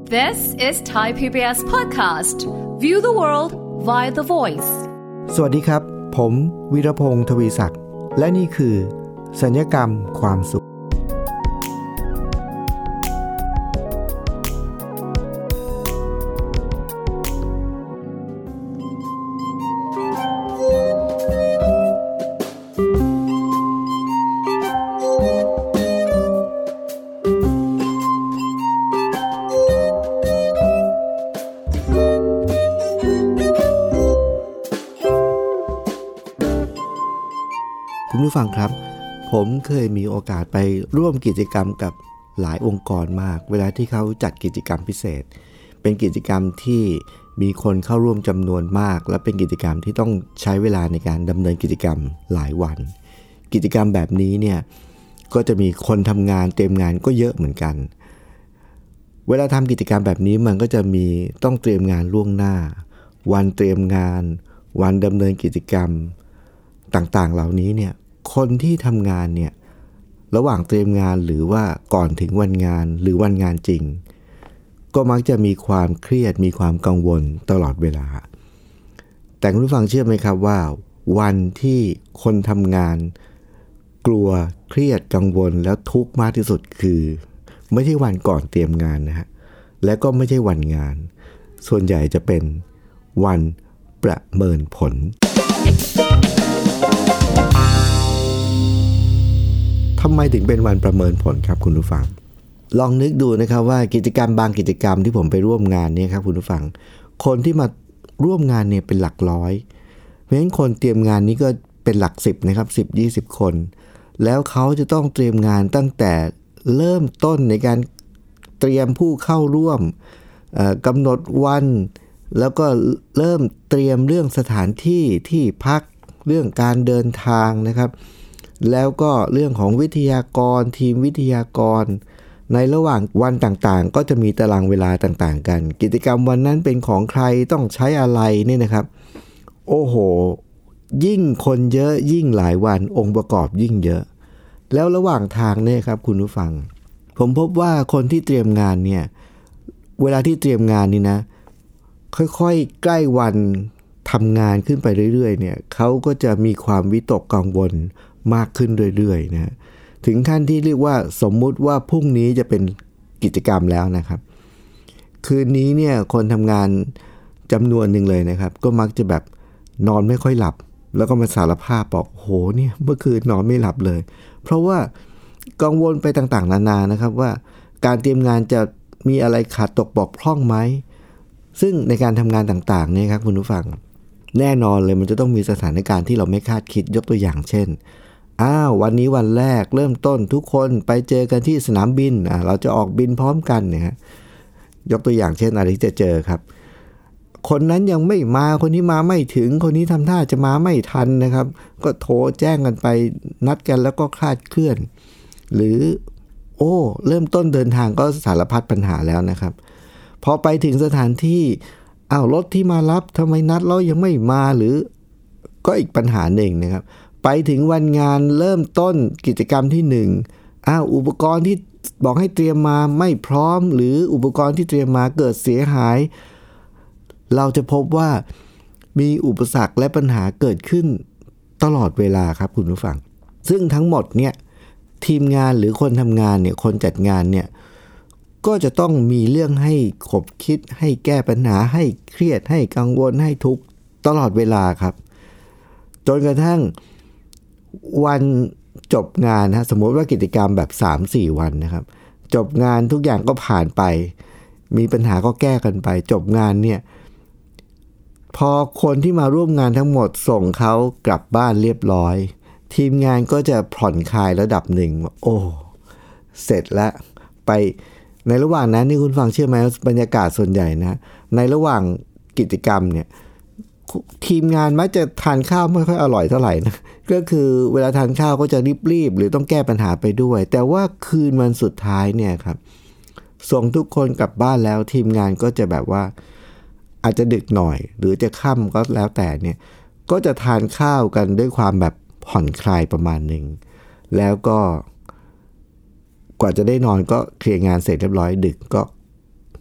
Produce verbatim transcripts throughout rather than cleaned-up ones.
This is Thai พี บี เอส podcast. View the world via the voice. สวัสดีครับผมวีรพงศ์ทวีศักดิ์และนี่คือสัญญกรรมความสุขคุณผู้ฟังครับผมเคยมีโอกาสไปร่วมกิจกรรมกับหลายองค์กรมากเวลาที่เขาจัดกิจกรรมพิเศษเป็นกิจกรรมที่มีคนเข้าร่วมจำนวนมากและเป็นกิจกรรมที่ต้องใช้เวลาในการดำเนินกิจกรรมหลายวันกิจกรรมแบบนี้เนี่ยก็จะมีคนทำงานเตรียมงานก็เยอะเหมือนกันเวลาทำกิจกรรมแบบนี้มันก็จะมีต้องเตรียมงานล่วงหน้าวันเตรียมงานวันดำเนินกิจกรรมต่างๆเหล่านี้เนี่ยคนที่ทำงานเนี่ยระหว่างเตรียมงานหรือว่าก่อนถึงวันงานหรือวันงานจริงก็มักจะมีความเครียดมีความกังวลตลอดเวลาแต่คุณผู้ฟังเชื่อไหมครับว่าวันที่คนทำงานกลัวเครียดกังวลแล้วทุกข์มากที่สุดคือไม่ใช่วันก่อนเตรียมงานนะฮะและก็ไม่ใช่วันงานส่วนใหญ่จะเป็นวันประเมินผลทำไมถึงเป็นวันประเมินผลครับคุณผู้ฟังลองนึกดูนะครับว่ากิจกรรมบางกิจกรรมที่ผมไปร่วมงานเนี่ยครับคุณผู้ฟังคนที่มาร่วมงานเนี่ยเป็นหลักร้อยเพราะฉะนั้นคนเตรียมงานนี้ก็เป็นหลักสิบนะครับสิบ ยี่สิบคนแล้วเขาจะต้องเตรียมงานตั้งแต่เริ่มต้นในการเตรียมผู้เข้าร่วมกำหนดวันแล้วก็เริ่มเตรียมเรื่องสถานที่ที่พักเรื่องการเดินทางนะครับแล้วก็เรื่องของวิทยากรทีมวิทยากรในระหว่างวันต่างๆก็จะมีตารางเวลาต่างๆกันกิจกรรมวันนั้นเป็นของใครต้องใช้อะไรเนี่ยนะครับโอ้โหยิ่งคนเยอะยิ่งหลายวันองค์ประกอบยิ่งเยอะแล้วระหว่างทางเนี่ยครับคุณผู้ฟังผมพบว่าคนที่เตรียมงานเนี่ยเวลาที่เตรียมงานนี่นะค่อยๆใกล้วันทำงานขึ้นไปเรื่อยๆเนี่ยเขาก็จะมีความวิตกกังวลมากขึ้นเรื่อยๆนะถึงขั้นที่เรียกว่าสมมุติว่าพรุ่งนี้จะเป็นกิจกรรมแล้วนะครับคืนนี้เนี่ยคนทำงานจำนวนหนึ่งเลยนะครับก็มักจะแบบนอนไม่ค่อยหลับแล้วก็มาสารภาพบอกโหเนี่ยเมื่อคืนนอนไม่หลับเลยเพราะว่ากังวลไปต่างๆนานานะครับว่าการเตรียมงานจะมีอะไรขาดตกบกพร่องไหมซึ่งในการทำงานต่างๆเนี่ยครับคุณผู้ฟังแน่นอนเลยมันจะต้องมีสถานการณ์ที่เราไม่คาดคิดยกตัวอย่างเช่นอ้าววันนี้วันแรกเริ่มต้นทุกคนไปเจอกันที่สนามบินอ่ะเราจะออกบินพร้อมกันเนี่ยยกตัวอย่างเช่นอะไรที่จะเจอครับคนนั้นยังไม่มาคนนี้มาไม่ถึงคนนี้ทำท่าจะมาไม่ทันนะครับก็โทรแจ้งกันไปนัดกันแล้วก็คลาดเคลื่อนหรือโอ้เริ่มต้นเดินทางก็สารพัดปัญหาแล้วนะครับพอไปถึงสถานที่อ้าวรถที่มารับทำไมนัดเรายังไม่มาหรือก็อีกปัญหาหนึ่งนะครับไปถึงวันงานเริ่มต้นกิจกรรมที่หนึ่งอ้าวอุปกรณ์ที่บอกให้เตรียมมาไม่พร้อมหรืออุปกรณ์ที่เตรียมมาเกิดเสียหายเราจะพบว่ามีอุปสรรคและปัญหาเกิดขึ้นตลอดเวลาครับคุณผู้ฟังซึ่งทั้งหมดเนี่ยทีมงานหรือคนทำงานเนี่ยคนจัดงานเนี่ยก็จะต้องมีเรื่องให้ขบคิดให้แก้ปัญหาให้เครียดให้กังวลให้ทุกข์ตลอดเวลาครับจนกระทั่งวันจบงานนะสมมติว่ากิจกรรมแบบ สามถึงสี่ วันนะครับจบงานทุกอย่างก็ผ่านไปมีปัญหาก็แก้กันไปจบงานเนี่ยพอคนที่มาร่วมงานทั้งหมดส่งเขากลับบ้านเรียบร้อยทีมงานก็จะผ่อนคลายระดับหนึ่งว่าโอ้เสร็จแล้วไปในระหว่างนั้นนี่คุณฟังเชื่อไหมบรรยากาศส่วนใหญ่นะในระหว่างกิจกรรมเนี่ยทีมงานมักจะทานข้าวไม่ค่อยอร่อยเท่าไหร่นะก็คือเวลาทานข้าวก็จะรีบๆหรือต้องแก้ปัญหาไปด้วยแต่ว่าคืนวันสุดท้ายเนี่ยครับส่งทุกคนกลับบ้านแล้วทีมงานก็จะแบบว่าอาจจะดึกหน่อยหรือจะค่ำก็แล้วแต่เนี่ยก็จะทานข้าวกันด้วยความแบบผ่อนคลายประมาณหนึ่งแล้วก็ กว่าจะได้นอนก็เคลียร์งานเสร็จเรียบร้อยดึกก็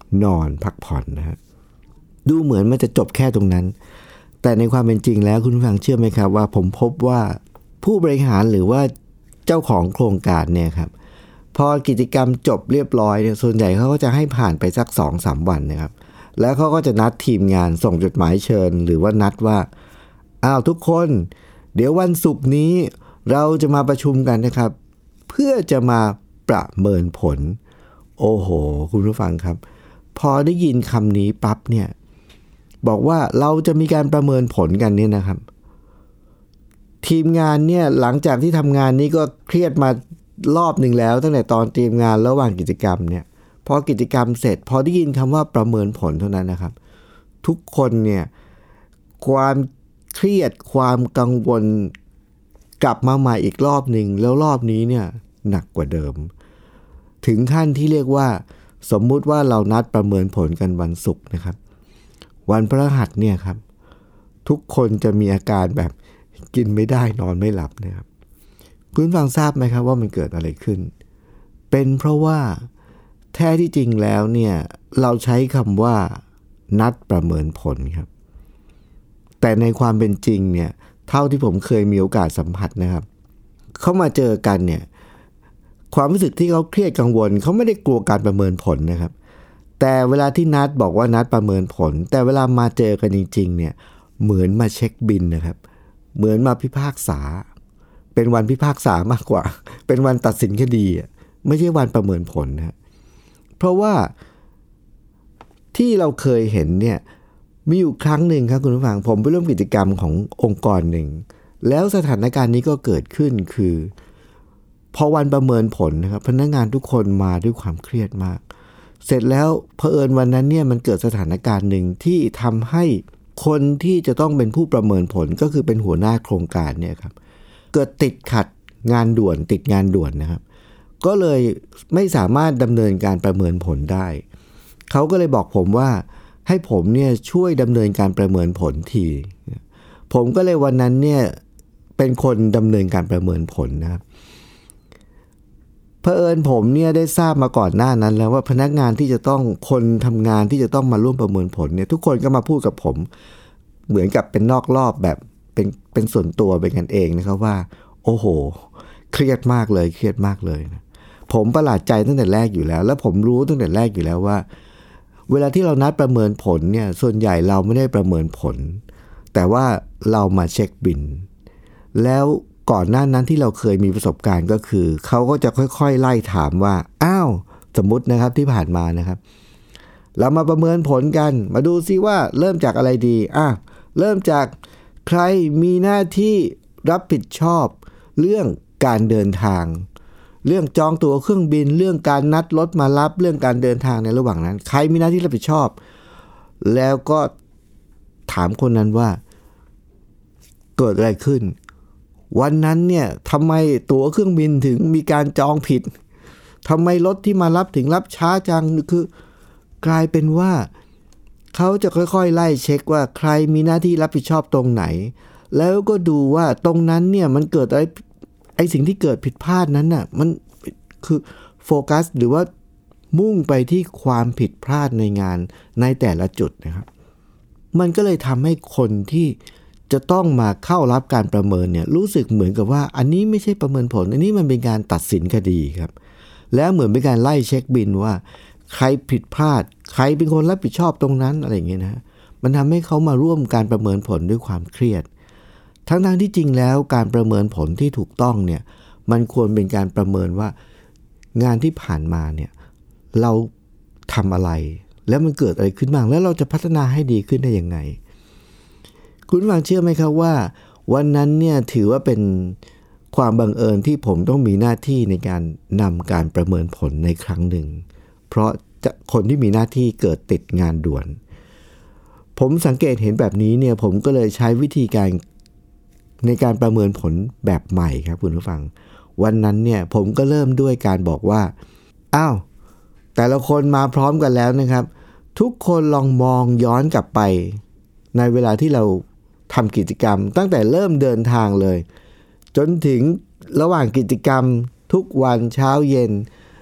นอนพักผ่อนนะฮะดูเหมือนมันจะจบแค่ตรงนั้นแต่ในความเป็นจริงแล้วคุณผู้ฟังเชื่อไหมครับว่าผมพบว่าผู้บริหารหรือว่าเจ้าของโครงการเนี่ยครับพอกิจกรรมจบเรียบร้อยเนี่ยส่วนใหญ่เขาก็จะให้ผ่านไปสัก สองถึงสาม วันนะครับแล้วเขาก็จะนัดทีมงานส่งจดหมายเชิญหรือว่านัดว่าอ้าวทุกคนเดี๋ยววันศุกร์นี้เราจะมาประชุมกันนะครับเพื่อจะมาประเมินผลโอ้โหคุณผู้ฟังครับพอได้ยินคำนี้ปั๊บเนี่ยบอกว่าเราจะมีการประเมินผลกันเนี่ยนะครับทีมงานเนี่ยหลังจากที่ทำงานนี้ก็เครียดมารอบหนึ่งแล้วตั้งแต่ตอนเตรียมงานระหว่างกิจกรรมเนี่ยพอกิจกรรมเสร็จพอได้ยินคำว่าประเมินผลเท่านั้นนะครับทุกคนเนี่ยความเครียดความกังวลกลับมาใหม่อีกรอบหนึ่งแล้วรอบนี้เนี่ยหนักกว่าเดิมถึงขั้นที่เรียกว่าสมมุติว่าเรานัดประเมินผลกันวันศุกร์นะครับวันพฤหัสเนี่ยครับทุกคนจะมีอาการแบบกินไม่ได้นอนไม่หลับนะครับคุณฟังทราบไหมครับว่ามันเกิดอะไรขึ้นเป็นเพราะว่าแท้ที่จริงแล้วเนี่ยเราใช้คำว่านัดประเมินผลครับแต่ในความเป็นจริงเนี่ยเท่าที่ผมเคยมีโอกาสสัมผัสนะครับเขามาเจอกันเนี่ยความรู้สึกที่เขาเครียดกังวลเขาไม่ได้กลัวการประเมินผลนะครับแต่เวลาที่นัดบอกว่านัดประเมินผลแต่เวลามาเจอกันจริงๆเนี่ยเหมือนมาเช็คบิลนะครับเหมือนมาพิพากษาเป็นวันพิพากษามากกว่าเป็นวันตัดสินคดีไม่ใช่วันประเมินผลนะเพราะว่าที่เราเคยเห็นเนี่ยมีอยู่ครั้งหนึ่งครับคุณผู้ฟังผมไปร่วมกิจกรรมขององค์กรหนึ่งแล้วสถานการณ์นี้ก็เกิดขึ้นคือพอวันประเมินผลนะครับพนักงานทุกคนมาด้วยความเครียดมากเสร็จแล้วเผอิญวันนั้นเนี่ยมันเกิดสถานการณ์หนึ่งที่ทำให้คนที่จะต้องเป็นผู้ประเมินผลก็คือเป็นหัวหน้าโครงการเนี่ยครับเกิดติดขัดงานด่วนติดงานด่วนนะครับก็เลยไม่สามารถดำเนินการประเมินผลได้เขาก็เลยบอกผมว่าให้ผมเนี่ยช่วยดำเนินการประเมินผลทีผมก็เลยวันนั้นเนี่ยเป็นคนดำเนินการประเมินผลนะครับเผอิญผมเนี่ยได้ทราบมาก่อนหน้านั้นแล้วว่าพนักงานที่จะต้องคนทำงานที่จะต้องมาร่วมประเมินผลเนี่ยทุกคนก็มาพูดกับผมเหมือนกับเป็นนอกรอบแบบเป็นเป็นส่วนตัวเป็นกันเองนะครับว่าโอ้โหเครียดมากเลยเครียดมากเลยนะผมประหลาดใจตั้งแต่แรกอยู่แล้วและผมรู้ตั้งแต่แรกอยู่แล้วว่าเวลาที่เรานัดประเมินผลเนี่ยส่วนใหญ่เราไม่ได้ประเมินผลแต่ว่าเรามาเช็คบิลแล้วก่อนหน้านั้นที่เราเคยมีประสบการณ์ก็คือเขาก็จะค่อยๆไล่ถามว่าอ้าวสมมุตินะครับที่ผ่านมานะครับเรามาประเมินผลกันมาดูซิว่าเริ่มจากอะไรดีอ่ะเริ่มจากใครมีหน้าที่รับผิดชอบเรื่องการเดินทางเรื่องจองตั๋วเครื่องบินเรื่องการนัดรถมารับเรื่องการเดินทางในระหว่างนั้นใครมีหน้าที่รับผิดชอบแล้วก็ถามคนนั้นว่าเกิดอะไรขึ้นวันนั้นเนี่ยทำไมตั๋วเครื่องบินถึงมีการจองผิดทำไมรถที่มารับถึงรับช้าจังคือกลายเป็นว่าเขาจะค่อยๆไล่เช็คว่าใครมีหน้าที่รับผิดชอบตรงไหนแล้วก็ดูว่าตรงนั้นเนี่ยมันเกิดอะไรไอสิ่งที่เกิดผิดพลาดนั้นน่ะมันคือโฟกัสหรือว่ามุ่งไปที่ความผิดพลาดในงานในแต่ละจุดนะครับมันก็เลยทำให้คนที่จะต้องมาเข้ารับการประเมินเนี่ยรู้สึกเหมือนกับว่าอันนี้ไม่ใช่ประเมินผลอันนี้มันเป็นการตัดสินคดีครับแล้วเหมือนเป็นการไล่เช็คบิลว่าใครผิดพลาดใครเป็นคนรับผิดชอบตรงนั้นอะไรอย่างเงี้ยนะมันทำให้เขามาร่วมการประเมินผลด้วยความเครียดทั้งๆที่จริงแล้วการประเมินผลที่ถูกต้องเนี่ยมันควรเป็นการประเมินว่างานที่ผ่านมาเนี่ยเราทำอะไรแล้วมันเกิดอะไรขึ้นบ้างแล้วเราจะพัฒนาให้ดีขึ้นได้ยังไงคุณฟังเชื่อไหมครับว่าวันนั้นเนี่ยถือว่าเป็นความบังเอิญที่ผมต้องมีหน้าที่ในการนำการประเมินผลในครั้งหนึ่งเพราะจะคนที่มีหน้าที่เกิดติดงานด่วนผมสังเกตเห็นแบบนี้เนี่ยผมก็เลยใช้วิธีการในการประเมินผลแบบใหม่ครับคุณผู้ฟังวันนั้นเนี่ยผมก็เริ่มด้วยการบอกว่าอ้าวแต่ละคนมาพร้อมกันแล้วนะครับทุกคนลองมองย้อนกลับไปในเวลาที่เราทำกิจกรรมตั้งแต่เริ่มเดินทางเลยจนถึงระหว่างกิจกรรมทุกวันเช้าเย็น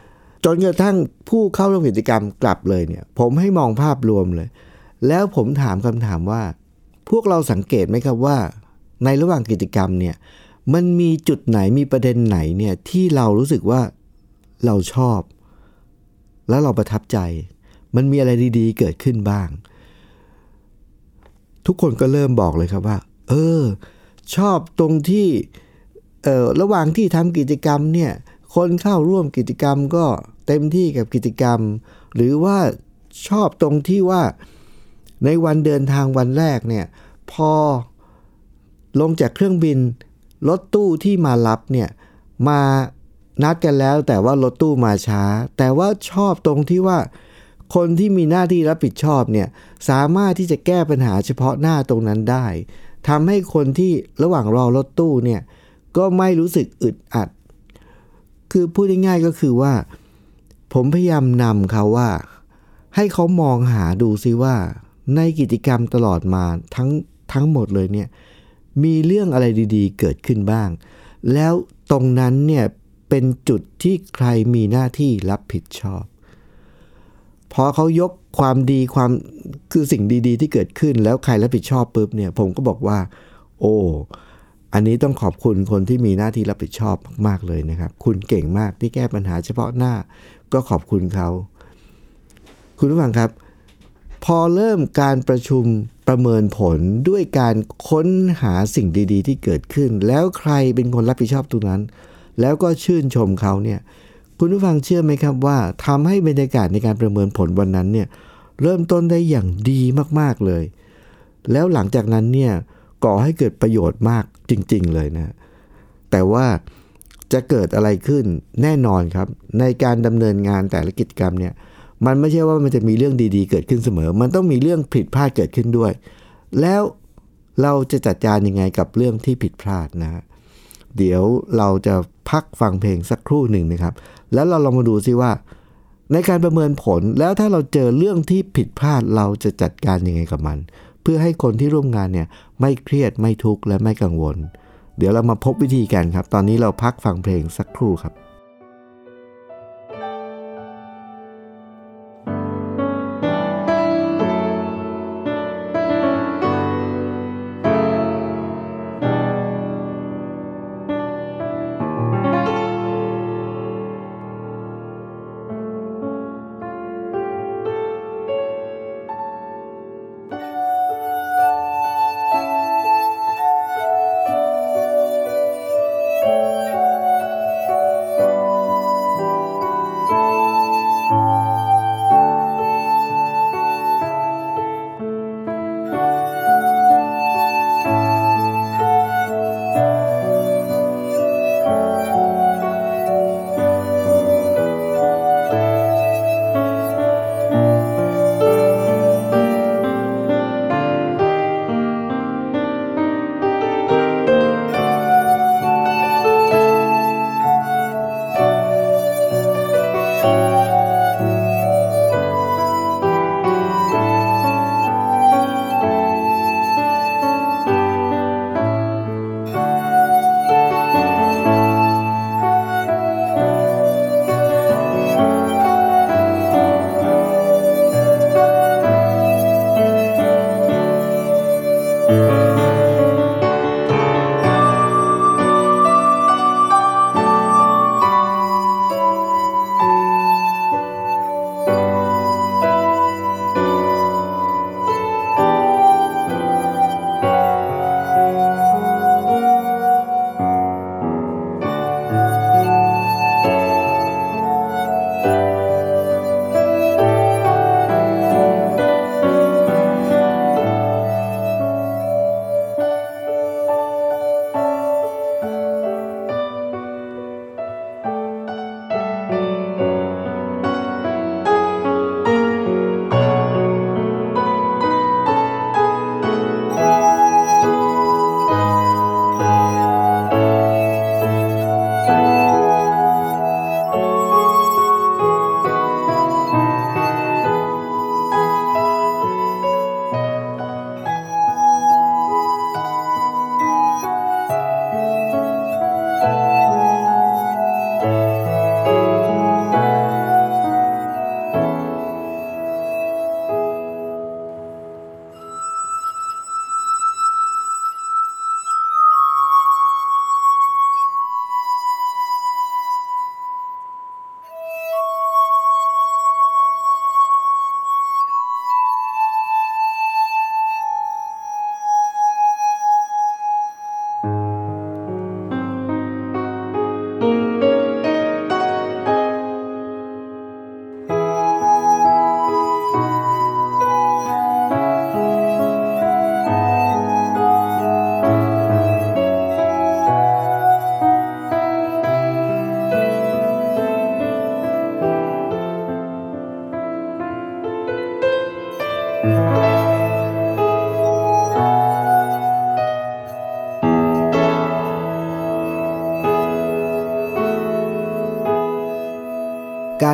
จนกระทั่งผู้เข้าร่วมกิจกรรมกลับเลยเนี่ยผมให้มองภาพรวมเลยแล้วผมถามคำถามว่าพวกเราสังเกตไหมครับว่าในระหว่างกิจกรรมเนี่ยมันมีจุดไหนมีประเด็นไหนเนี่ยที่เรารู้สึกว่าเราชอบแล้วเราประทับใจมันมีอะไรดีๆเกิดขึ้นบ้างทุกคนก็เริ่มบอกเลยครับว่าเออชอบตรงที่เอ่อระหว่างที่ทำกิจกรรมเนี่ยคนเข้าร่วมกิจกรรมก็เต็มที่กับกิจกรรมหรือว่าชอบตรงที่ว่าในวันเดินทางวันแรกเนี่ยพอลงจากเครื่องบินรถตู้ที่มารับเนี่ยมานัดกันแล้วแต่ว่ารถตู้มาช้าแต่ว่าชอบตรงที่ว่าคนที่มีหน้าที่รับผิดชอบเนี่ยสามารถที่จะแก้ปัญหาเฉพาะหน้าตรงนั้นได้ทำให้คนที่ระหว่างรอรถตู้เนี่ยก็ไม่รู้สึกอึดอัดคือพูดง่ายๆก็คือว่าผมพยายามนำเขาว่าให้เขามองหาดูซิว่าในกิจกรรมตลอดมาทั้งทั้งหมดเลยเนี่ยมีเรื่องอะไรดีๆเกิดขึ้นบ้างแล้วตรงนั้นเนี่ยเป็นจุดที่ใครมีหน้าที่รับผิดชอบพอเขายกความดีความคือสิ่งดีๆที่เกิดขึ้นแล้วใครรับผิดชอบปุ๊บเนี่ยผมก็บอกว่าโอ้อันนี้ต้องขอบคุณคนที่มีหน้าที่รับผิดชอบมากๆเลยนะครับคุณเก่งมากที่แก้ปัญหาเฉพาะหน้าก็ขอบคุณเขาคุณผู้ฟังครับพอเริ่มการประชุมประเมินผลด้วยการค้นหาสิ่งดีๆที่เกิดขึ้นแล้วใครเป็นคนรับผิดชอบตรงนั้นแล้วก็ชื่นชมเขาเนี่ยคุณผู้ฟังเชื่อไหมครับว่าทำให้บรรยากาศในการประเมินผลวันนั้นเนี่ยเริ่มต้นได้อย่างดีมากๆเลยแล้วหลังจากนั้นเนี่ยก่อให้เกิดประโยชน์มากจริงๆเลยนะแต่ว่าจะเกิดอะไรขึ้นแน่นอนครับในการดำเนินงานแต่ละกิจกรรมเนี่ยมันไม่ใช่ว่ามันจะมีเรื่องดีๆเกิดขึ้นเสมอมันต้องมีเรื่องผิดพลาดเกิดขึ้นด้วยแล้วเราจะจัดการยังไงกับเรื่องที่ผิดพลาดนะฮะเดี๋ยวเราจะพักฟังเพลงสักครู่หนึ่งนะครับแล้วเราลองมาดูซิว่าในการประเมินผลแล้วถ้าเราเจอเรื่องที่ผิดพลาดเราจะจัดการยังไงกับมันเพื่อให้คนที่ร่วมงานเนี่ยไม่เครียดไม่ทุกข์และไม่กังวลเดี๋ยวเรามาพบวิธีกันครับตอนนี้เราพักฟังเพลงสักครู่ครับ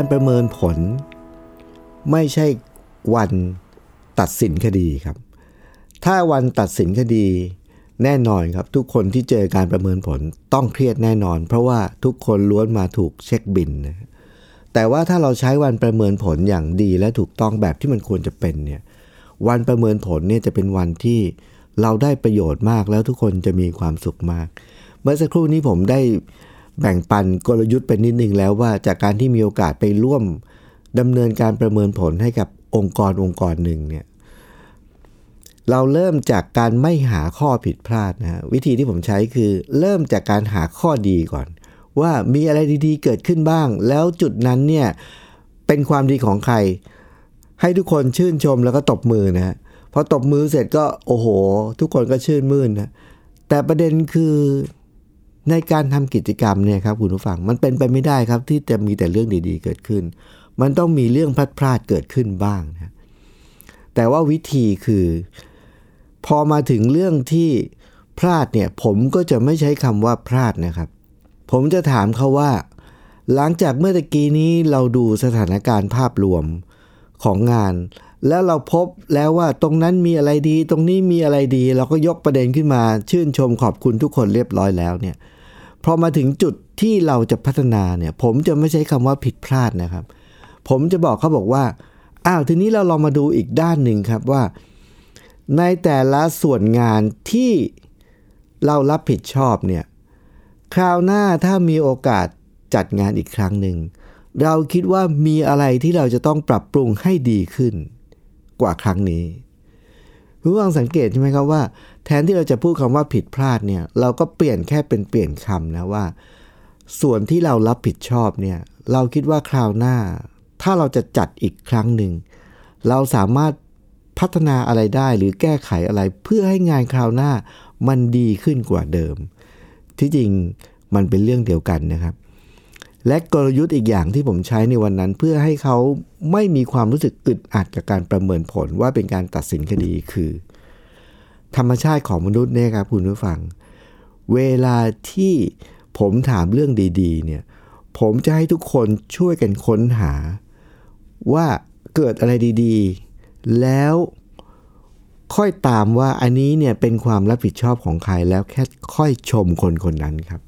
ประเมินผลไม่ใช่วันตัดสินคดีครับถ้าวันตัดสินคดีแน่นอนครับทุกคนที่เจอการประเมินผลต้องเครียดแน่นอนเพราะว่าทุกคนล้วนมาถูกเช็คบิลนะแต่ว่าถ้าเราใช้วันประเมินผลอย่างดีและถูกต้องแบบที่มันควรจะเป็นเนี่ยวันประเมินผลเนี่ยจะเป็นวันที่เราได้ประโยชน์มากแล้วทุกคนจะมีความสุขมากเมื่อสักครู่นี้ผมได้แบ่งปันกลยุทธ์ไปนิดนึงแล้วว่าจากการที่มีโอกาสไปร่วมดำเนินการประเมินผลให้กับองค์กรองค์กรหนึ่งเนี่ยเราเริ่มจากการไม่หาข้อผิดพลาดนะวิธีที่ผมใช้คือเริ่มจากการหาข้อดีก่อนว่ามีอะไรดีๆเกิดขึ้นบ้างแล้วจุดนั้นเนี่ยเป็นความดีของใครให้ทุกคนชื่นชมแล้วก็ตบมือนะพอตบมือเสร็จก็โอ้โหทุกคนก็ชื่นมื่นนะแต่ประเด็นคือในการทำกิจกรรมเนี่ยครับคุณผู้ฟังมันเป็นไปไม่ได้ครับที่จะมีแต่เรื่องดีๆเกิดขึ้นมันต้องมีเรื่องพลาดพลาดเกิดขึ้นบ้างนะแต่ว่าวิธีคือพอมาถึงเรื่องที่พลาดเนี่ยผมก็จะไม่ใช้คำว่าพลาดนะครับผมจะถามเขาว่าหลังจากเมื่อตะกี้นี้เราดูสถานการณ์ภาพรวมของงานแล้วเราพบแล้วว่าตรงนั้นมีอะไรดีตรงนี้มีอะไรดีเราก็ยกประเด็นขึ้นมาชื่นชมขอบคุณทุกคนเรียบร้อยแล้วเนี่ยพอมาถึงจุดที่เราจะพัฒนาเนี่ยผมจะไม่ใช้คำว่าผิดพลาดนะครับผมจะบอกเขาบอกว่าอ้าวทีนี้เราลองมาดูอีกด้านหนึ่งครับว่าในแต่ละส่วนงานที่เรารับผิดชอบเนี่ยคราวหน้าถ้ามีโอกาสจัดงานอีกครั้งหนึ่งเราคิดว่ามีอะไรที่เราจะต้องปรับปรุงให้ดีขึ้นกว่าครั้งนี้ผู้ฟังสังเกตใช่ไหมครับว่าแทนที่เราจะพูดคำว่าผิดพลาดเนี่ยเราก็เปลี่ยนแค่เป็นเปลี่ยนคำนะว่าส่วนที่เรารับผิดชอบเนี่ยเราคิดว่าคราวหน้าถ้าเราจะจัดอีกครั้งหนึ่งเราสามารถพัฒนาอะไรได้หรือแก้ไขอะไรเพื่อให้งานคราวหน้ามันดีขึ้นกว่าเดิมที่จริงมันเป็นเรื่องเดียวกันนะครับและกลยุทธ์อีกอย่างที่ผมใช้ในวันนั้นเพื่อให้เขาไม่มีความรู้สึกอึดอัดกับการประเมินผลว่าเป็นการตัดสินคดีคือธรรมชาติของมนุษย์เนี่ยครับคุณผู้ฟังเวลาที่ผมถามเรื่องดีๆเนี่ยผมจะให้ทุกคนช่วยกันค้นหาว่าเกิดอะไรดีๆแล้วค่อยตามว่าอันนี้เนี่ยเป็นความรับผิดชอบของใครแล้วแค่ค่อยชมคนคนนั้นครับ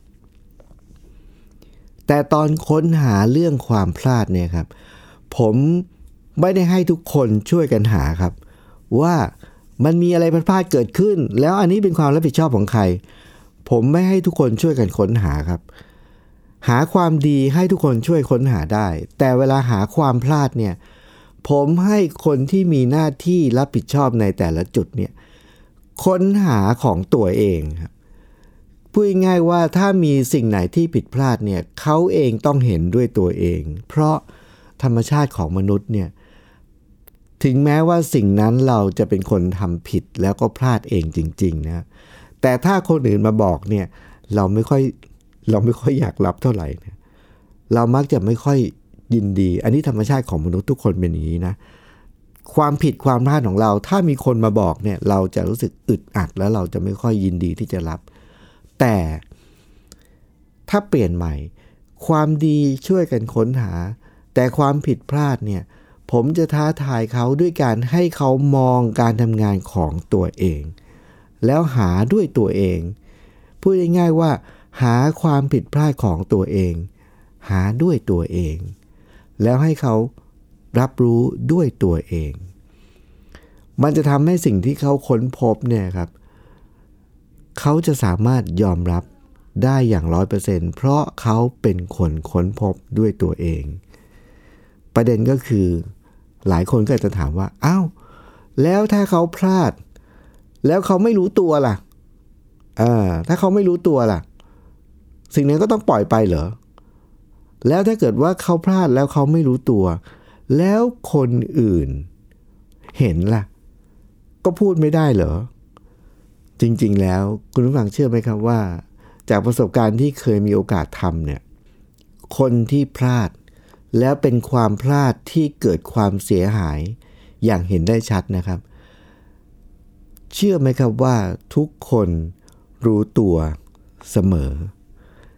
แต่ตอนค้นหาเรื่องความพลาดเนี่ยครับผมไม่ได้ให้ทุกคนช่วยกันหาครับว่ามันมีอะไรพลาดเกิดขึ้นแล้วอันนี้เป็นความรับผิดชอบของใครผมไม่ให้ทุกคนช่วยกันค้นหาครับหาความดีให้ทุกคนช่วยค้นหาได้แต่เวลาหาความพลาดเนี่ยผมให้คนที่มีหน้าที่รับผิดชอบในแต่ละจุดเนี่ยค้นหาของตัวเองครับพูดง่ายๆว่าถ้ามีสิ่งไหนที่ผิดพลาดเนี่ยเขาเองต้องเห็นด้วยตัวเองเพราะธรรมชาติของมนุษย์เนี่ยถึงแม้ว่าสิ่งนั้นเราจะเป็นคนทำผิดแล้วก็พลาดเองจริงๆนะแต่ถ้าคนอื่นมาบอกเนี่ยเราไม่ค่อยเราไม่ค่อยอยากรับเท่าไหร่นะเรามักจะไม่ค่อยยินดีอันนี้ธรรมชาติของมนุษย์ทุกคนเป็นอย่างนี้นะความผิดความพลาดของเราถ้ามีคนมาบอกเนี่ยเราจะรู้สึกอึดอัดแล้วเราจะไม่ค่อยยินดีที่จะรับแต่ถ้าเปลี่ยนใหม่ความดีช่วยกันค้นหาแต่ความผิดพลาดเนี่ยผมจะท้าทายเขาด้วยการให้เขามองการทำงานของตัวเองแล้วหาด้วยตัวเองพูดง่ายๆว่าหาความผิดพลาดของตัวเองหาด้วยตัวเองแล้วให้เขารับรู้ด้วยตัวเองมันจะทำให้สิ่งที่เขาค้นพบเนี่ยครับเขาจะสามารถยอมรับได้อย่าง ร้อยเปอร์เซ็นต์ เพราะเขาเป็นคนค้นพบด้วยตัวเองประเด็นก็คือหลายคนก็จะถามว่าอ้าวแล้วถ้าเขาพลาดแล้วเขาไม่รู้ตัวล่ะเออถ้าเขาไม่รู้ตัวล่ะสิ่งนั้นก็ต้องปล่อยไปเหรอแล้วถ้าเกิดว่าเขาพลาดแล้วเขาไม่รู้ตัวแล้วคนอื่นเห็นล่ะก็พูดไม่ได้เหรอจริงๆแล้วคุณผู้ฟังเชื่อไหมครับว่าจากประสบการณ์ที่เคยมีโอกาสทำเนี่ยคนที่พลาดแล้วเป็นความพลาดที่เกิดความเสียหายอย่างเห็นได้ชัดนะครับเชื่อไหมครับว่าทุกคนรู้ตัวเสมอ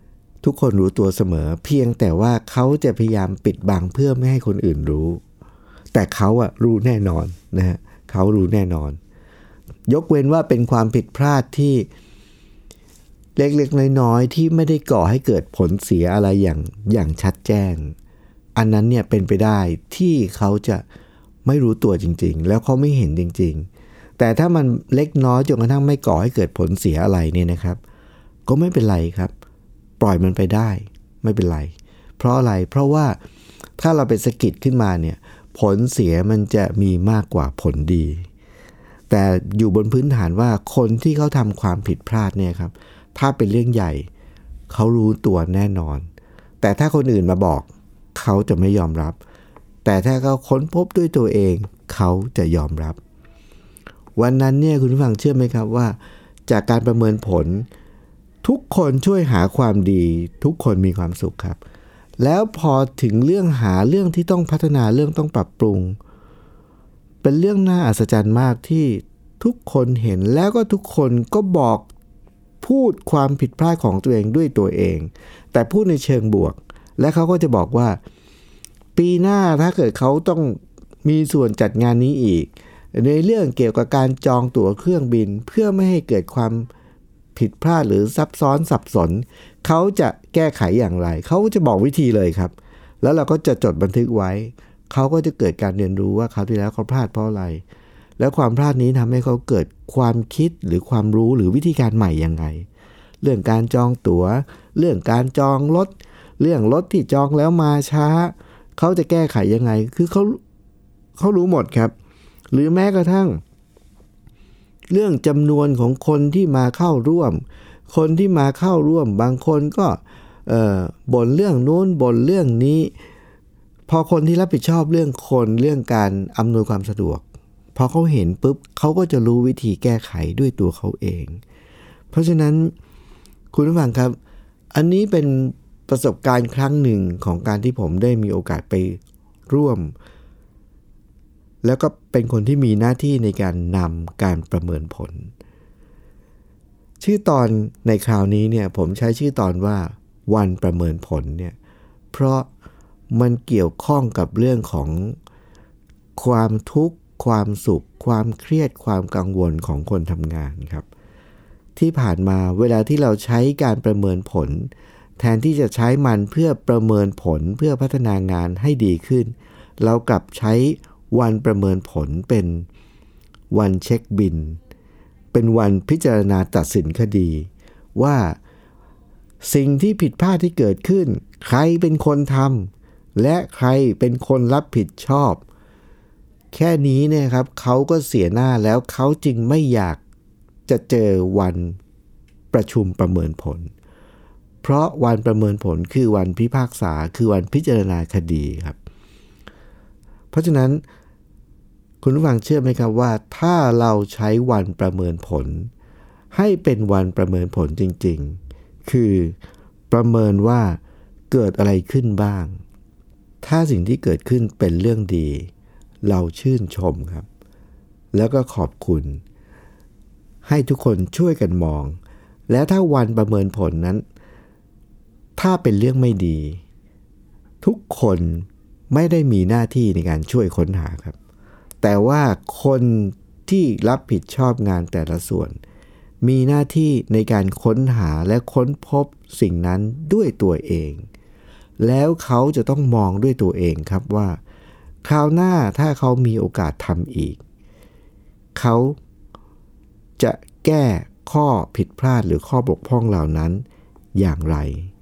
ทุกคนรู้ตัวเสมอเพียงแต่ว่าเขาจะพยายามปิดบังเพื่อไม่ให้คนอื่นรู้แต่เขาอะรู้แน่นอนนะฮะเขารู้แน่นอนยกเว้นว่าเป็นความผิดพลาดที่เล็กๆน้อยๆที่ไม่ได้ก่อให้เกิดผลเสียอะไรอย่างอย่างชัดแจ้งอันนั้นเนี่ยเป็นไปได้ที่เขาจะไม่รู้ตัวจริงๆแล้วเขาไม่เห็นจริงๆแต่ถ้ามันเล็กน้อยจนกระทั่งไม่ก่อให้เกิดผลเสียอะไรเนี่ยนะครับก็ไม่เป็นไรครับปล่อยมันไปได้ไม่เป็นไรเพราะอะไรเพราะว่าถ้าเราไปสะกิดขึ้นมาเนี่ยผลเสียมันจะมีมากกว่าผลดีแต่อยู่บนพื้นฐานว่าคนที่เขาทำความผิดพลาดเนี่ยครับถ้าเป็นเรื่องใหญ่เขารู้ตัวแน่นอนแต่ถ้าคนอื่นมาบอกเขาจะไม่ยอมรับแต่ถ้าเขาค้นพบด้วยตัวเองเขาจะยอมรับวันนั้นเนี่ยคุณผู้ฟังเชื่อไหมครับว่าจากการประเมินผลทุกคนช่วยหาความดีทุกคนมีความสุขครับแล้วพอถึงเรื่องหาเรื่องที่ต้องพัฒนาเรื่องต้องปรับปรุงเป็นเรื่องน่าอัศจรรย์มากที่ทุกคนเห็นแล้วก็ทุกคนก็บอกพูดความผิดพลาดของตัวเองด้วยตัวเองแต่พูดในเชิงบวกและเขาก็จะบอกว่าปีหน้าถ้าเกิดเขาต้องมีส่วนจัดงานนี้อีกในเรื่องเกี่ยวกับการจองตั๋วเครื่องบินเพื่อไม่ให้เกิดความผิดพลาดหรือซับซ้อนสับสนเขาจะแก้ไขอย่างไรเขาจะบอกวิธีเลยครับแล้วเราก็จะจดบันทึกไว้เขาก็จะเกิดการเรียนรู้ว่าคราวที่แล้วเขาพลาดเพราะอะไรแล้วความพลาดนี้ทำให้เขาเกิดความคิดหรือความรู้หรือวิธีการใหม่ยังไงเรื่องการจองตั๋วเรื่องการจองรถเรื่องรถที่จองแล้วมาช้าเขาจะแก้ไขยังไงคือเขาเขารู้หมดครับหรือแม้กระทั่งเรื่องจำนวนของคนที่มาเข้าร่วมคนที่มาเข้าร่วมบางคนก็เอ่อบ่นเรื่องนู้นบ่นเรื่องนี้พอคนที่รับผิดชอบเรื่องคนเรื่องการอำนวยความสะดวกพอเขาเห็นปุ๊บเขาก็จะรู้วิธีแก้ไขด้วยตัวเขาเองเพราะฉะนั้นคุณผู้ฟังครับอันนี้เป็นประสบการณ์ครั้งหนึ่งของการที่ผมได้มีโอกาสไปร่วมแล้วก็เป็นคนที่มีหน้าที่ในการนำการประเมินผลชื่อตอนในคราวนี้เนี่ยผมใช้ชื่อตอนว่าวันประเมินผลเนี่ยเพราะมันเกี่ยวข้องกับเรื่องของความทุกข์ความสุขความเครียดความกังวลของคนทำงานครับที่ผ่านมาเวลาที่เราใช้การประเมินผลแทนที่จะใช้มันเพื่อประเมินผลเพื่อพัฒนางานให้ดีขึ้นเรากลับใช้วันประเมินผลเป็นวันเช็คบิลเป็นวันพิจารณาตัดสินคดีว่าสิ่งที่ผิดพลาดที่เกิดขึ้นใครเป็นคนทำและใครเป็นคนรับผิดชอบแค่นี้เนี่ยครับเขาก็เสียหน้าแล้วเขาจึงไม่อยากจะเจอวันประชุมประเมินผลเพราะวันประเมินผลคือวันพิพากษาคือวันพิจารณาคดีครับเพราะฉะนั้นคุณผู้ฟังเชื่อไหมครับว่าถ้าเราใช้วันประเมินผลให้เป็นวันประเมินผลจริงๆคือประเมินว่าเกิดอะไรขึ้นบ้างถ้าสิ่งที่เกิดขึ้นเป็นเรื่องดีเราชื่นชมครับแล้วก็ขอบคุณให้ทุกคนช่วยกันมองและถ้าวันประเมินผลนั้นถ้าเป็นเรื่องไม่ดีทุกคนไม่ได้มีหน้าที่ในการช่วยค้นหาครับแต่ว่าคนที่รับผิดชอบงานแต่ละส่วนมีหน้าที่ในการค้นหาและค้นพบสิ่งนั้นด้วยตัวเองแล้วเขาจะต้องมองด้วยตัวเองครับว่าคราวหน้าถ้าเขามีโอกาสทำอีกเขาจะแก้ข้อผิดพลาดหรือข้อบกพร่องเหล่านั้นอย่างไร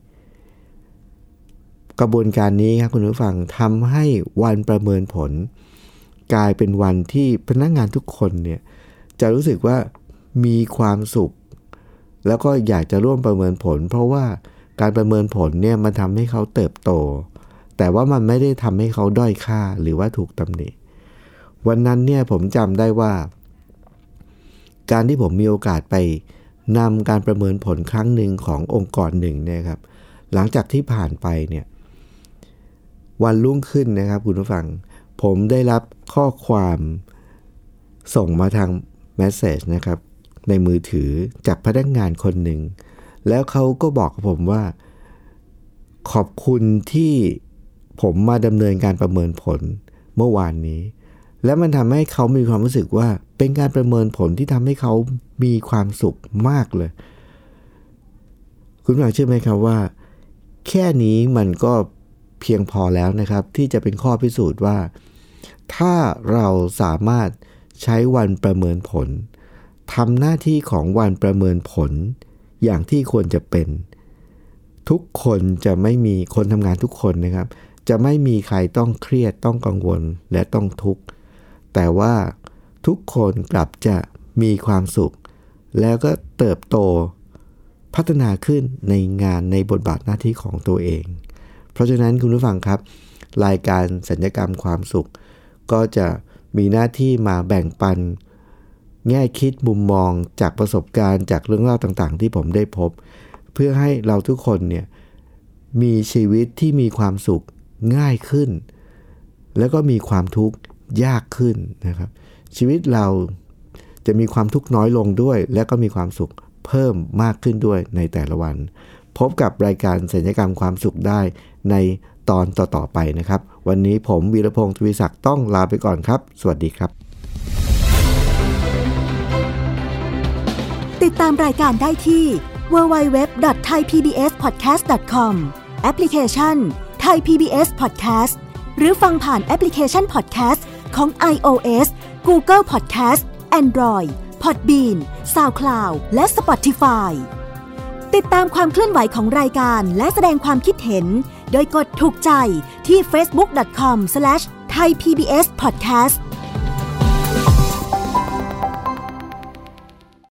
กระบวนการนี้ครับคุณผู้ฟังทำให้วันประเมินผลกลายเป็นวันที่พนักงานทุกคนเนี่ยจะรู้สึกว่ามีความสุขแล้วก็อยากจะร่วมประเมินผลเพราะว่าการประเมินผลเนี่ยมันทำให้เขาเติบโตแต่ว่ามันไม่ได้ทำให้เขาด้อยค่าหรือว่าถูกตำหนิวันนั้นเนี่ยผมจำได้ว่าการที่ผมมีโอกาสไปนำการประเมินผลครั้งหนึ่งขององค์กรหนึ่งเนี่ยครับหลังจากที่ผ่านไปเนี่ยวันรุ่งขึ้นนะครับคุณผู้ฟังผมได้รับข้อความส่งมาทางเมสเสจนะครับในมือถือจากพนักงานคนหนึ่งแล้วเขาก็บอกกับผมว่าขอบคุณที่ผมมาดำเนินการประเมินผลเมื่อวานนี้และมันทำให้เขามีความรู้สึกว่าเป็นการประเมินผลที่ทำให้เขามีความสุขมากเลยคุณผู้ฟังเชื่อไหมครับว่าแค่นี้มันก็เพียงพอแล้วนะครับที่จะเป็นข้อพิสูจน์ว่าถ้าเราสามารถใช้วันประเมินผลทำหน้าที่ของวันประเมินผลอย่างที่ควรจะเป็นทุกคนจะไม่มีคนทำงานทุกคนนะครับจะไม่มีใครต้องเครียดต้องกังวลและต้องทุกข์แต่ว่าทุกคนกลับจะมีความสุขแล้วก็เติบโตพัฒนาขึ้นในงานในบทบาทหน้าที่ของตัวเองเพราะฉะนั้นคุณผู้ฟังครับรายการสัญญกรรมความสุขก็จะมีหน้าที่มาแบ่งปันแง่คิดมุมมองจากประสบการณ์จากเรื่องเล่าต่างๆที่ผมได้พบเพื่อให้เราทุกคนเนี่ยมีชีวิตที่มีความสุขง่ายขึ้นแล้วก็มีความทุกข์ยากขึ้นนะครับชีวิตเราจะมีความทุกข์น้อยลงด้วยและก็มีความสุขเพิ่มมากขึ้นด้วยในแต่ละวันพบกับรายการสัญญกรรมความสุขได้ในตอนต่อๆไปนะครับวันนี้ผมวีรพงษ์ ทวีศักดิ์ต้องลาไปก่อนครับสวัสดีครับติดตามรายการได้ที่ ดับเบิลยู ดับเบิลยู ดับเบิลยู ดอท ไทย พี บี เอส พอดแคสต์ ดอท คอม แอปพลิเคชัน Thai พี บี เอส Podcast หรือฟังผ่านแอปพลิเคชัน Podcast ของ iOS Google Podcast Android Podbean SoundCloud และ Spotify ติดตามความเคลื่อนไหวของรายการและแสดงความคิดเห็นโดยกดถูกใจที่ เฟซบุ๊ก ดอท คอม สแลช ไทย พี บี เอส พอดแคสต์